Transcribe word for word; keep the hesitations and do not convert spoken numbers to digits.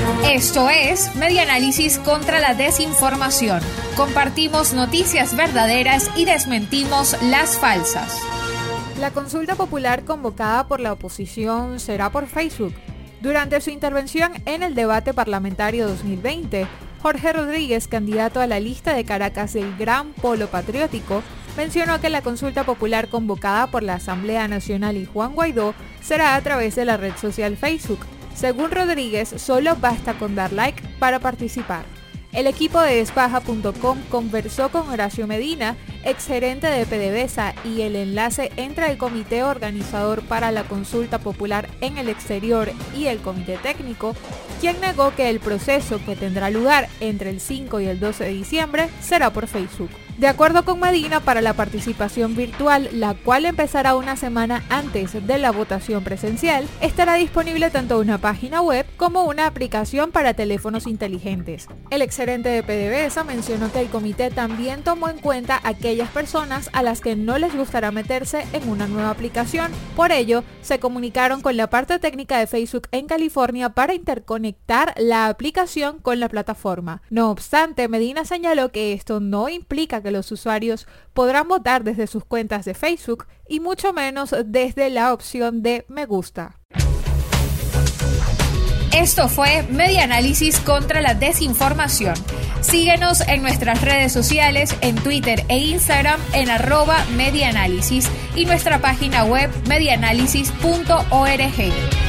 Esto es Medianálisis contra la desinformación. Compartimos noticias verdaderas y desmentimos las falsas. La consulta popular convocada por la oposición será por Facebook. Durante su intervención en el debate parlamentario dos mil veinte, Jorge Rodríguez, candidato a la lista de Caracas del Gran Polo Patriótico, mencionó que la consulta popular convocada por la Asamblea Nacional y Juan Guaidó será a través de la red social Facebook. Según Rodríguez, solo basta con dar like para participar. El equipo de Despaja punto com conversó con Horacio Medina, exgerente de PDVSA, y el enlace entre el comité organizador para la consulta popular en el exterior y el comité técnico, quien negó que el proceso, que tendrá lugar entre el cinco y el doce de diciembre, será por Facebook. De acuerdo con Medina, para la participación virtual, la cual empezará una semana antes de la votación presencial, estará disponible tanto una página web como una aplicación para teléfonos inteligentes. El exgerente de PDVSA mencionó que el comité también tomó en cuenta aquellas personas a las que no les gustará meterse en una nueva aplicación. Por ello, se comunicaron con la parte técnica de Facebook en California para interconectar la aplicación con la plataforma. No obstante, Medina señaló que esto no implica que los usuarios podrán votar desde sus cuentas de Facebook y mucho menos desde la opción de me gusta. Esto fue Medianálisis contra la desinformación. Síguenos en nuestras redes sociales, en Twitter e Instagram en arroba Medianálisis y nuestra página web medianálisis punto org.